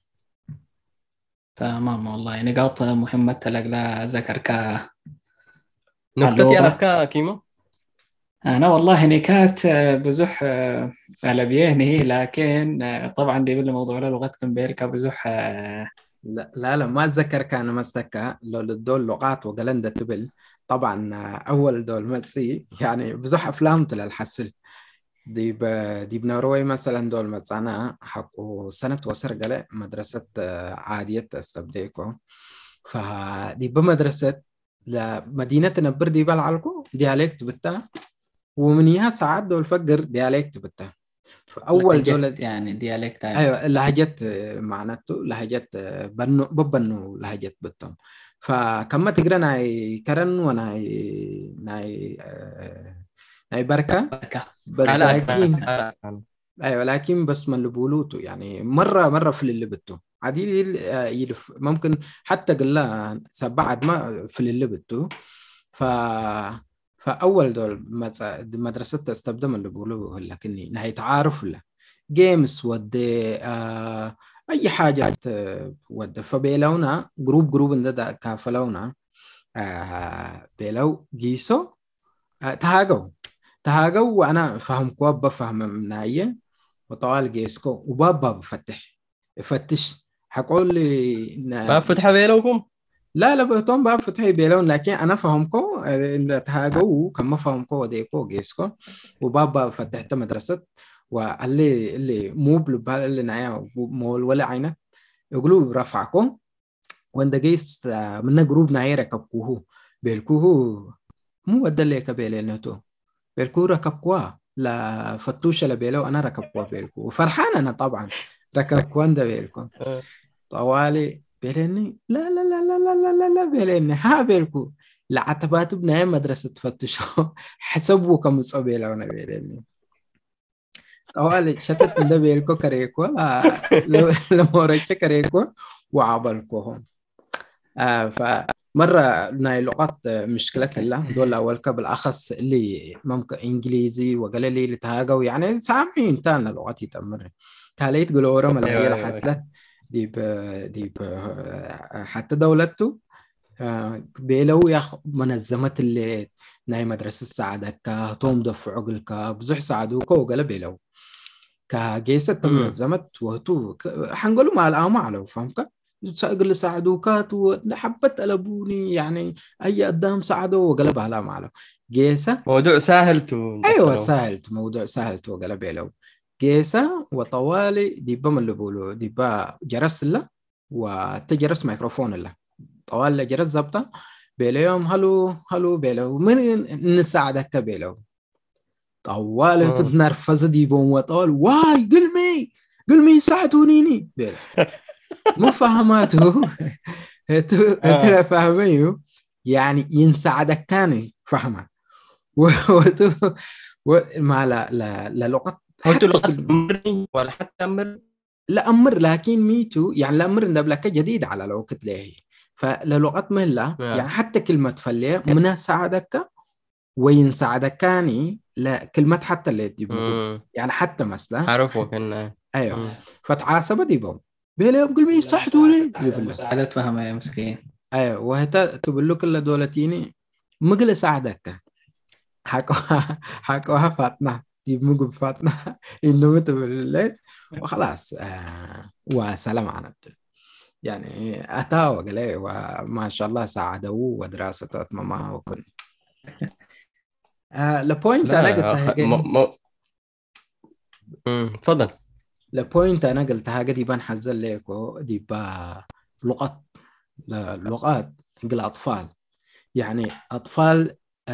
تمام والله نقاط مهمة تلقى ذكر نكتتي أنا كيمو أنا والله نكات بزح على بيهني لكن طبعا دي بالموضوع لغتكم بيركا بزح لا ما أتذكر كان مستكا لو الدول لغات وقلندة تبل طبعا أول دول متسي يعني بزح أفلام تلا الحسل دي بنروي مثلا دول متسانا حقو سنة وسر قلق مدرسة عادية استبديكو فدي بمدرسة لمدينة نبر دي بالعلكو ديالكت بتا ومن يها ساعات دول فقر ديالكت بتا فأول دولة يعني ديالكت ايوه لهجة معناته لهجة بنو ببنو لهجة بتم. فكما تقرا ناي كرن ناي بركة بس لكن ايوه لكن بس من اللي بولوتو يعني مرة في اللي بتو عادي يلف ممكن حتى قال لها سبعد ما في اللي بتو. ف فأول دول مدرسة استبدأ من اللي بيقولوا لكني نهاية تعارف له جيمس ودي أي حاجة ودي فبيلونا جروب ده كافلونا بيلو جيسو تهاجوا وأنا فهم كواب بفهم مناية وطوال جيسكو وبابا بفتح يفتش حقول لي ما فتح بينكم لا بتوم باب فتحي بيلون لكن انا فهمكو ان تهاجو كما فهمكو ديكو جيسكو وبابا فتحت مدرسة اللي مو بلبال اللي نايا مول ولا عينه يقولوا رفعكم وند جيس من جروب نايا ركبكوه بيلكوه مو ودلك بيلينتو بيلكو ركبكوا لا فتوش لا بيلو انا ركبكوا بيلكو وفرحان انا طبعا ركبكوا ده بيلكو طوالي بيليني لا بيليني ها بيلكو لعتبات بنايا مدرسة فتشو حسبوا كم صبيلة وانا بيليني طوالي شتت ده بيلكو كريكو لما وريك كريكو وعبالكوهم فمرة ناي لغات مشكلة الله دول أول بالأخص اللي ممكن إنجليزي وقال لي لتهاجوا يعني سامعين تانا لغتي تمر تالي تقول ورا هي الحسلة ديب حتى دولته بيلو يا منظمة اللي ناي مدرسة ساعدك توم دفع عقلك بزح ساعدوك وقال بيلو كجيسة منظمة وهتو حنقولوا مع الآمة لو فهمك قال ساعدوكات وحبت قلبوني يعني أي قدام ساعدوا وقلب على معلو جيسة موضوع سهل أيوة سهلت موضوع سهلت وقلب له جيسة وطوالي ديبا من اللي بقولوا ديبا جرس له وتجرس ميكروفون له طوالي جرس زبطة بيليوم هلو بيلو من نساعدك بيلو طوالي تتنرفز ديبهم وطوال واي قلمي ساعدونيني بيلو مو فهماته انت فاهميه يعني ينساعدك كان فهمه ما لا لغة حتى لغة أمرني ولا حتى أمر لا أمر لكن ميتو يعني الأمر نبلك جديد على الوقت له فللغة مهلا يعني حتى كلمة فلي منها ساعدك وينساعدك كاني لا كلمة حتى اللي تجيبه يعني حتى مثلا عرفوا كنا أيوه فتعاصب ديبهم بيلي يقول مين صح دولي مساعدة فهمة يا مسكين ايوه وهتا تقول لك الا دولتيني مقل ساعدك حكوها فاتنا يجيب مقل فاتنا انه متى بالليل وخلاص وسلام على يعني اتى وقال وما شاء الله ساعدوه ودراسته اتممها وكن لبوينت انا قلتها تفضل لبوينت انا قلتها قد يبان حزل ليكو دي لغات قل أطفال يعني أطفال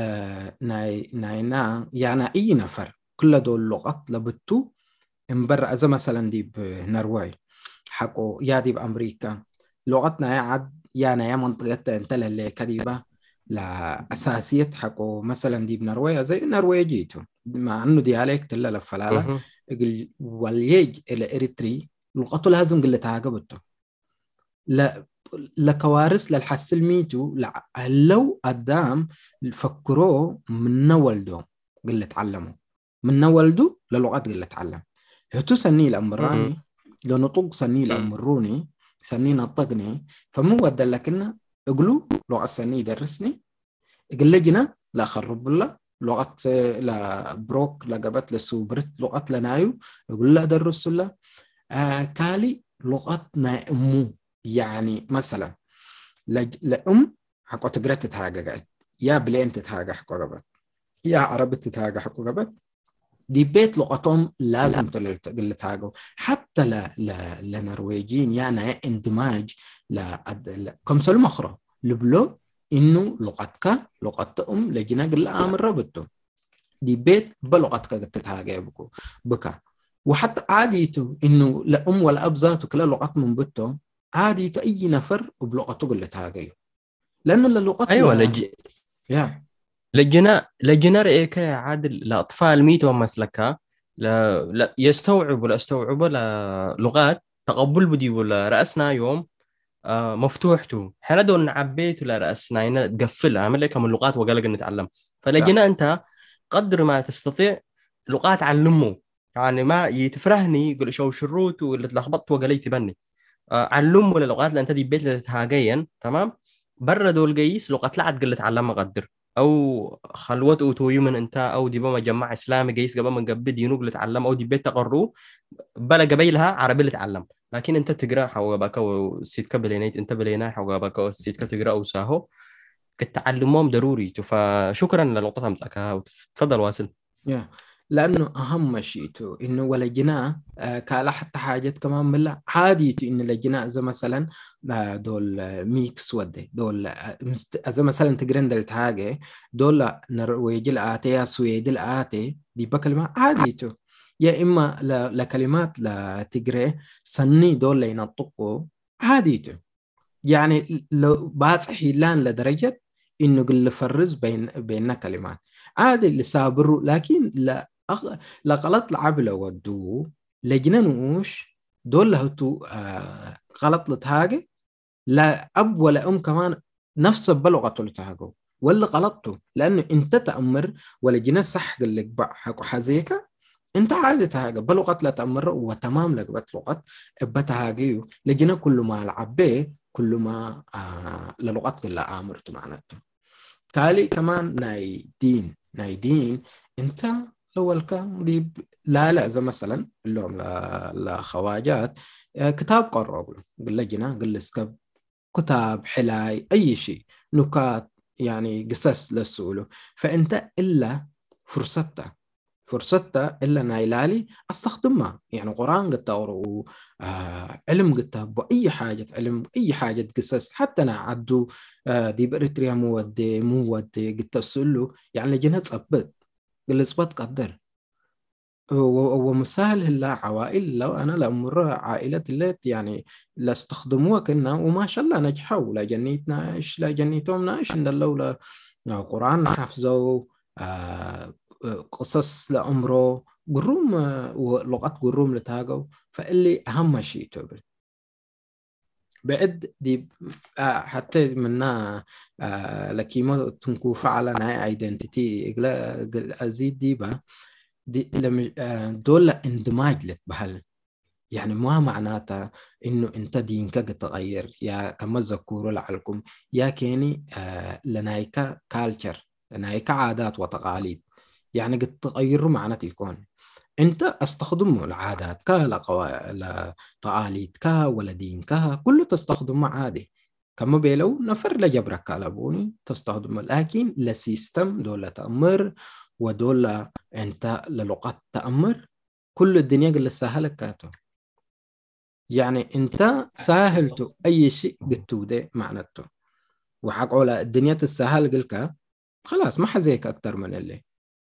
ناينا يعني أي نفر كل دول لغات لبتو انبر أزا مثلا دي بنروي حقو يا دي بأمريكا لغتنا يعد يعني يا منطقة انت اللي كديبة لأساسية حقو مثلا دي بنروي زي نرويجيتو مع أنه ديالكت اللي لفلالة واليج الإريتري لغته لازم قلتها قبتو لا لكوارث للحس الميتو لو قدام فكروا من ولده قل تعلموا من ولده للغات قل تعلم هتو سني الأمراني لو نطق سني الأمروني سني نطقني فمو ودل لكنا اقلوا لغة سني درسني قل لجنا لا خرب الله لغة لا بروك لا قبت لسوبرت لغة لنايو يقول لا درس الله كالي لغتنا أمو يعني مثلا لأم حقو تقرأت تتهاجة قاعد يا بلين تتهاجة حقو قبت يا عربي تتهاجة حقو قبت دي بيت لغتهم لازم تتهاجوا حتى لنرويجين يعني اندماج كم سلم أخرى لبلو إنه لغتك لغة لجنا قل آمر ربطه دي بيت بلغتك تتهاجة بكا وحتى عاديته إنه لأم ولا أب ذاته كلا لغات من بيته عاديته أي نفر وبلغته قلت هاجي لأنه اللغات ايوه يا لجنا رأيك يا عادل الأطفال ميتوا مسلكها لا يستوعبوا لا استوعبوا لغات تقبل بدي ولا رأسنا يوم مفتوحته حنا دون عبيت ولا رأسنا هنا تقفل عمل لك من اللغات وقالك نتعلم فلجنا أنت قدر ما تستطيع لغات علمه يعني ما يتفرهني يقول شو شروط ولا تلخبطت وقالي تبني علم ولا لغات لأن تدي بيت لتهاجيا تمام برا دول جيس لغات لا تقول تعلم قدر او خلوت اوتو من انت او دي بما جماعة اسلامي جيس قبل من قبل دينوق لتعلم او دي بيت تقرو بلا قبيلها عربي لتعلم لكن انت تقرا حوا باكا وسيت كبلينيت انت بلينا حوا باكا وسيت تقرا او ساهو كتعلمهم ضروري فشكرا لنقطة مسكها تفضل واصل يا لأنه أهم شيء إنه ولا جناء كالا حتى حاجات كمان ملا عادي إن الجناء زي مثلا دول ميكس ودي دول زي مثلا تقرن دلت حاجة دول نرويج الآتي يا سويد الآتي دي بكلمة عادي يا إما لكلمات لا تقرأ سني دول ينطقوا عادي يعني لو باصحي لان لدرجة إنه قل فرز بين كلمات عادي اللي سابروا لكن لا غلط العبلة ودو لجننوش دول لهتو غلط لتهاجي لا أب ولا أم كمان نفس بلغة لتهاجو ولا غلطته لأنه أنت تأمر ولا جنس صح قل لك بحق حزيكا أنت عادي تهاجي بلغة لا تأمر وتمام لك بلغة بتهاجيو لجنا كل ما العبيه كل ما للغات كلها آمرت معناته كالي كمان ناي دين انت اول كان دي لا زي مثلا اللهم لخواجات كتاب قرب باللجنة قل سكب كتاب حلاي اي شيء نكات يعني قصص للسؤال فانت الا فرصتها إلا نايلالي أستخدمها يعني قرآن قد تقرأ علم قد تهبو أي حاجة علم أي حاجة قصص حتى نعدو دي بإريتريا مودي قد تسألو يعني جنات أبد قل إثبات قدر ومسهل هلا عوائل لو أنا لأمر عائلة اللي يعني لا استخدموها كنا وما شاء الله نجحوا لا جنيتنا إيش لا جنيتهم ناش إن اللولا قرآن حفظوا قصص لأمره قروم ولغات قروم لتاقو فاللي أهم شيء توبل بعد دي حتى منا لكيما تنكو فعلا هاي ايدنتيتي أزيد دي با دي دول اندماج لتبهل يعني ما معناتها إنه أنت دينك تغير يا كما ذكروا لعلكم يا كيني لنايكا كالتشر لنايكا عادات وتقاليد يعني قد تغيروا معناته يكون أنت استخدمه العادات لتقاليد ولا دين كله تستخدمه عادي كما بيلو نفر لجبرك كالبوني تستخدمه لكن لسيستم دولة تأمر ودولة أنت للغات تأمر كل الدنيا قل سهلك كاتو يعني أنت ساهلتو أي شيء قلتو ده معناته وحق على الدنيا تسهل قلك خلاص ما حزيك أكتر من اللي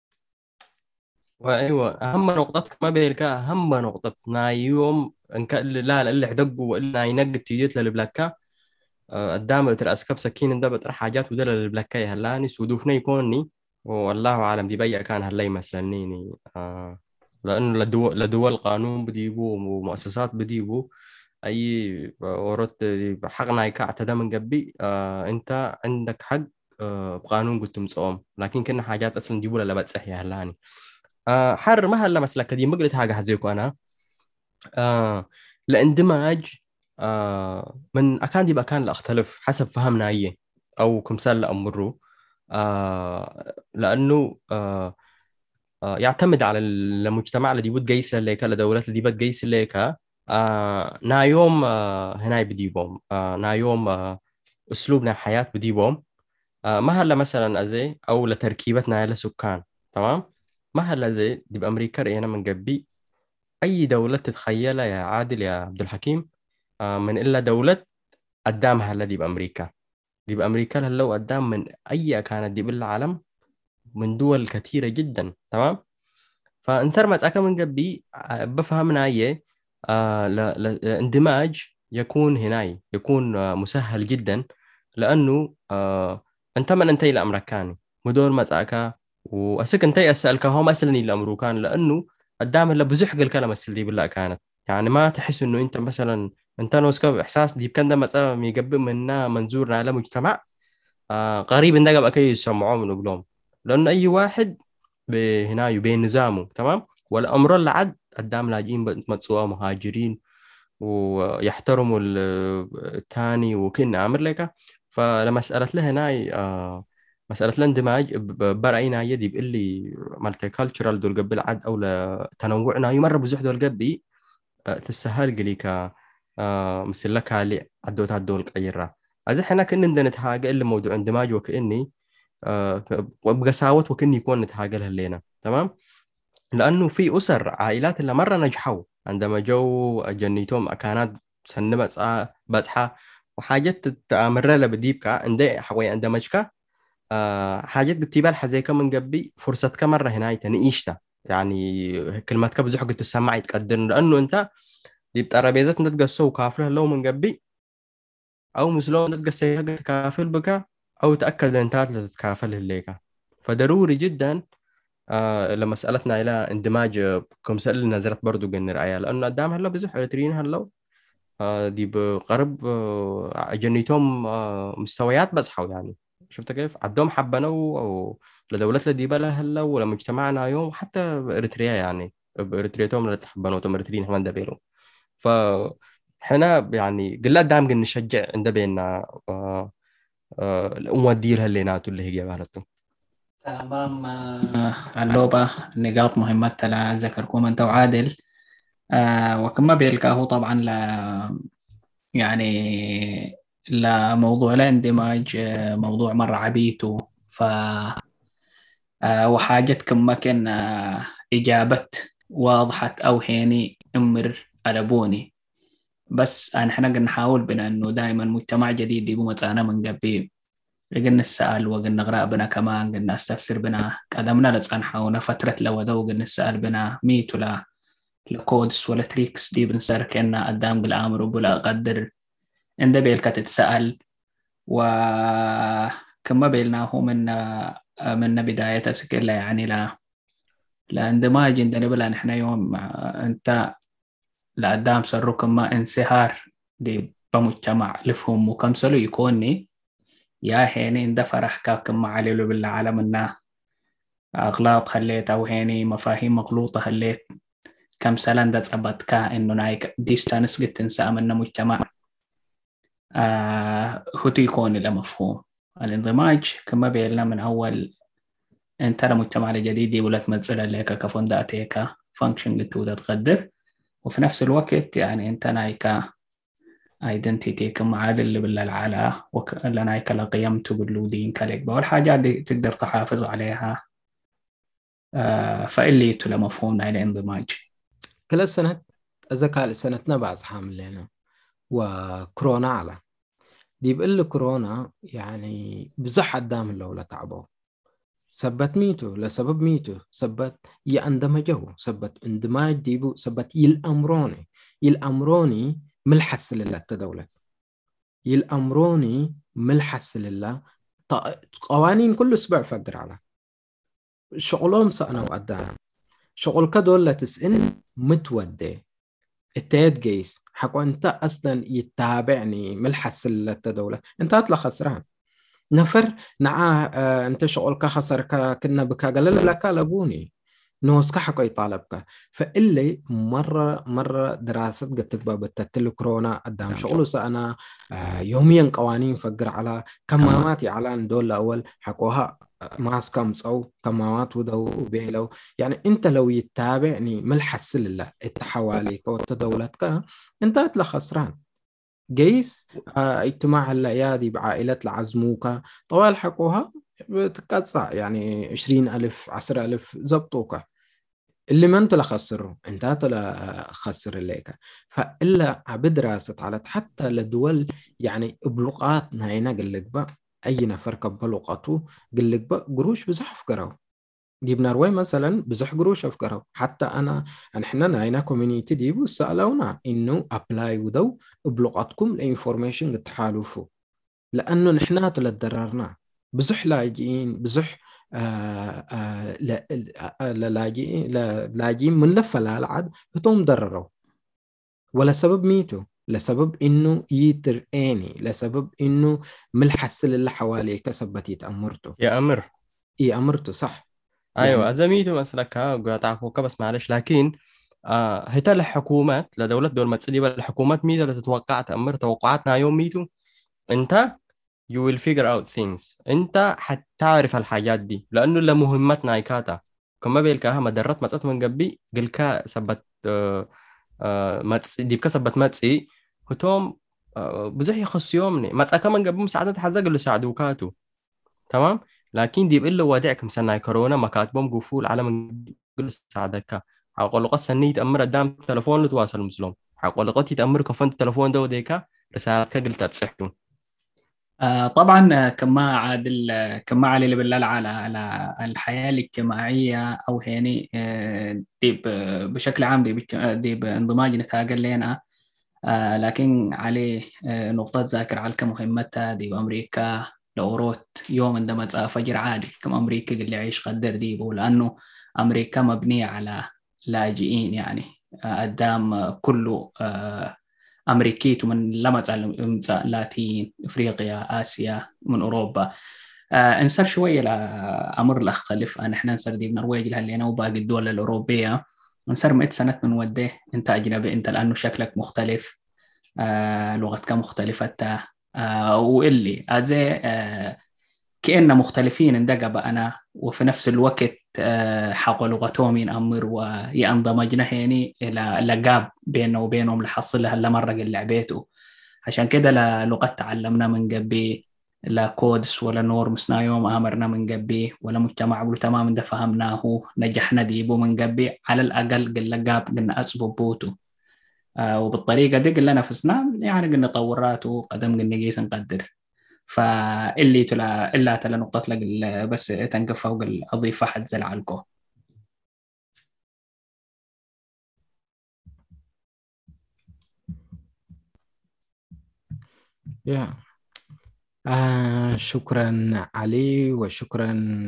وايوه اهم نقطة ما بينك اهم نقطة نايوم انك لا اللي حدقوا ولا ينقد تيجيت للبلاكا قدام ترأسكب سكين ده بتر حاجات ودل للبلاكا هلاني سودوفني يكونني والله اعلم دي بيا كان هلاي مثلنيني لانه لدول قانون بديبو ومؤسسات بديبو اي ورت حقنا يكا اعتدى من قبي انت عندك حق بقانون قلت مصوم لكن كنا حاجات اصلا ديبو لا بتصحي هلاني حر ما هلا مسلك دي مقلت حاجة حزيكو أنا لاندماج من أكان دي بأكان لأختلف حسب فهمنا أيه أو كمثال لأمره لأنه يعتمد على المجتمع الذي بود جيس لليكا لدولات الذي بود جيس لليكا نايوم هنا بديبهم نايوم أسلوبنا حياة بديبهم ما هلا مثلا أزي أو لتركيبتنا لسكان تمام ما هلا زي دي بأمريكا رأينا من قبي أي دولة تتخيلها يا عادل يا عبد الحكيم من إلا دولة قدامها هلا دي بأمريكا هلا قدام من أي كانت دي بالعالم من دول كثيرة جدا تمام فانسر متأكد من قبي بفهمنا هي الاندماج يكون هناي يكون مسهل جدا، لأنه أنت من أنتي الأمريكاني مدور متأكد وأسك أنتي أسألك هم أسألني الأمريكان، لأنه قدام اللي بزحق الكلمة السلدي بالله كانت يعني ما تحس إنه أنت مثلا أنت نوسك إحساس دي كان ده مثلا يقبل منا منظورنا على مجتمع قريب إنك بقى كي يسمعوه من قلوب، لأنه أي واحد هنا يبين نظامه تمام، والأمر اللي عد قدام لاجئين متسوى مهاجرين ويحترموا الثاني وكنا عامر لك. فلما سألت له هنا مسألة الاندماج برأينا يدي بيقول لي مالتي كالتشرال دول قبل عد أو تنوعنا يمر بزح دول قبي تسهل قليك مثل لك اللي عدوت الدول قيرة أزح هنا كنا نتهاجى اللي موضوع اندماج وكأني وبقساوت وكأني يكون نتهاجى لنا تمام، لأنه في أسر عائلات اللي مرة نجحوا عندما جو جنيتهم كانت سنة بصحة وحاجات تأمر لها بديبك عندي حوي عندما مجكا حاجات كتيبة حزيكا من قبي فرصتك مرة هنا تنيشتا يعني كلماتك بزحق تسمع يتقدر، لأنه أنت دي بترابيزات نتقصو كافله لو من قبي أو مسلو نتقصي تكافل بك أو تأكد أن أنت تتكافل الليكا. فضروري جدا لما سألتنا إلى اندماج كم سأل نزلت برضو قلنا رأيها، لأنه قدام هلا بزح إريتريين هلا دي بقرب جنيتهم مستويات بزحوا يعني شفت كيف عدهم حبنا أو لدولة ديبلا هلا ولا مجتمعنا يوم حتى إريتريا يعني بإريتريتهم لا تحبنا وتم إريتريين هم دبيرو. فحنا يعني قلنا دام قلنا نشجع عند بيننا الأمة دير هاللينات اللي هي بالتهم. تمام. اللوبة نقاط مهمة تلا ذكركم أنت وعادل. وكما بيلقاه طبعا يعني لموضوع الاندماج موضوع مرة عبيته وحاجة كما كان إجابة واضحة أو هيني أمر ألبوني، بس احنا نحاول بنا إنه دائما مجتمع جديد يبقى متانا من قبل قلنا السؤال وقلنا نقرأ بنا كمان قلنا استفسر بنا قدمنا لتصنحونا فترة لو ذو قلنا السؤال بنا ميت ولا الكودس ولا تريكس دي بنسأل كأننا قدام بالأمر وبلا قدر عند بيلك تتسأل وكما بيلناه من بداية سكيلا يعني لا اندماج عندنا بلا نحن يوم انت لقدام سركم ما انصهار دي بمجتمع لفهم وكمسلو يكوني يا هيني اندى فرح كم معالي بالعالم النا أغلاط خليت أو هيني مفاهيم مغلوطة خليت كم سلان دا تثبت كا إنه نايك ديستانس قد تنسى من مجتمع هو تيكون إلى مفهوم الانضماج كما بيلنا من أول أنت لمجتمع الجديد يقولك مسألة لك كفنداتيكا فانكشن قد تودا تقدر، وفي نفس الوقت يعني أنت نايكا ايدنتيتي كم عادل اللي بالعلا ولا نايكا لقيمته باللودين كالك والحاجات دي تقدر تحافظ عليها فاللي تلا مفهومنا الانضماج كل سنة أذكر سنتنا بعض حامل لنا وكورونا على دي بقول له كورونا يعني بزح قدام اللولة تعبوا سبت ميتو لسبب ميتو سبت يندمجه سبت اندماج ديبو سبت يلأمروني ملحس لله التدولة يلأمروني ملحس لله قوانين كل أسبوع فقر على شغلهم سأنا وقدانا شغل كدول لتسئن متودي التيد جيس حكو أنت أصلا يتابعني ملحس للتدولة أنت أطلع خسران نفر أنت شغلك خسر كنا بك قال لك لبوني نوسك حكو يطالبك فإلي مرة دراسة قد تبقى بتتلو كورونا قدام شغله سأنا يوميا قوانين فقر على كماماتي على دول الأول حكوها ماسكم أو كمامات ودو وبيلو يعني أنت لو يتابعني ملحس لله التحواليك والتدولتك أنت أتلا خسران جيس اجتماع الأيادي بعائلة العزموكة طوال حكوها بتقصع يعني 20,000 10,000 زبطوكة اللي ما انت لخسره انت خسر الليك فإلا بدراسة على حتى لدول يعني بلقات نهينا قلق بقى أي نفر كبلقاته قلق بقى قروش بزحف قراو جبنا روي مثلا بزح قروش أفكاره. حتى إحنا ناينا كوميونيتي دي سألونا إنه أبلاي ودو بلغتكم الانفورميشن التحالفوا، لأنه نحن تلدررنا بزح لاجئين بزح لاجئين من لفة العاد هتوم ضرروا ولا سبب ميتو، لسبب إنه يتر آني، لسبب إنه ملحسل اللي حواليه كسبت يتأمرته يا أمر أمرته صح. ايوه يعني ازميته مسلك قاطعك بس معلش، لكن هتا الحكومات لدولة دول ما تسلي الحكومات ميتو اللي تتوقع تأمر توقعاتنا يوم ميتو انت you will figure out things، انت حتعرف الحاجات دي لانه اللي مهمتنا ايكاتا كما بيلكاها مدرت مسات من قبي قلكا سبت دي بكسبت ماتسي هتوم بزح يخص يومني ماتسا كمان قبل مساعدة حزق اللي ساعدوكاتو تمام. لكن دي بقول له وادعكم سنة كورونا ما كاتبهم قفول على من قل ساعدك حقول لقى سنة تأمر قدام تلفون لتواصل مسلم حقول لقى تأمر كفن التلفون ده وديكا رسالتك قلت بصحتهم. طبعا كما علي بالله على الحياة الاجتماعية أو يعني دي بشكل عام دي باندماج نتاقل لنا. لكن عليه نقطة ذاكر على كمهمتها دي بأمريكا لأوروت يوم عندما فجر عادي كم أمريكا اللي يعيش قدر ديبو، لأنه أمريكا مبنية على لاجئين يعني قدام كله أمريكيت من لمت لاتين أفريقيا آسيا من أوروبا. انسر شوية لأمر الأختلف نحن ننسر دي بنرويج لهاللينا وباقي الدول الأوروبية ننسر 100 سنة من وده أنت أجنبي أنت لأنه شكلك مختلف لغتك مختلفة واللي أزي كأننا مختلفين اندقى بأنا وفي نفس الوقت حق لغتهم ينأمر وينضمجنا هيني إلى لقاب بيننا وبينهم لحصل لها مرة لعبيته. عشان كده لغة تعلمنا من قبل لا كودس ولا نورمس يوم آمرنا من قبل ولا مجتمع بلو تمام ده فهمناه نجحنا ديبو من قبل على الأقل قل لقاب قلنا أسبب بوتو وبالطريقة دي قلنا نفسنا يعني قلنا طوراته قدم قلنا جيس نقدر. فاللي إلا تلا نقطة لك بس تنقف فوق الأضيفة حد زلعلكو. يا شكرا علي وشكرا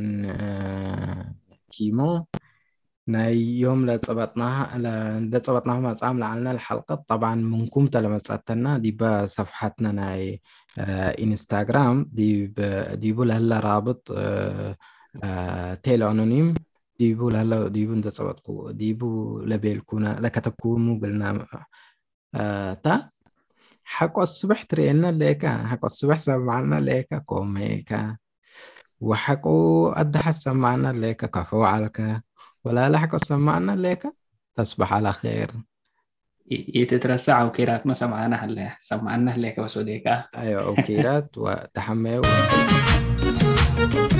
كيمو. يوم لتصبتنا ما تعمل عنا الحلقة طبعا منكم لما تسألتنا دي بصفحتنا ناي انستغرام دي هلا رابط تيل انونيم دي هلا دي انت تصبتكو دي لبيلكونا لكتبكو قلنا تا حقو الصبح ترينا ليكا حقو الصبح سمعنا ليكا كوميكا وحقو أدح سمعنا ليكا كفو عليك ولا لحق سمعنا ليك. تصبح على خير. يتترسع وكيرات ما سمعنا هلا سمعنا ليك وسوديكا. أيوة وكيرات وتحمي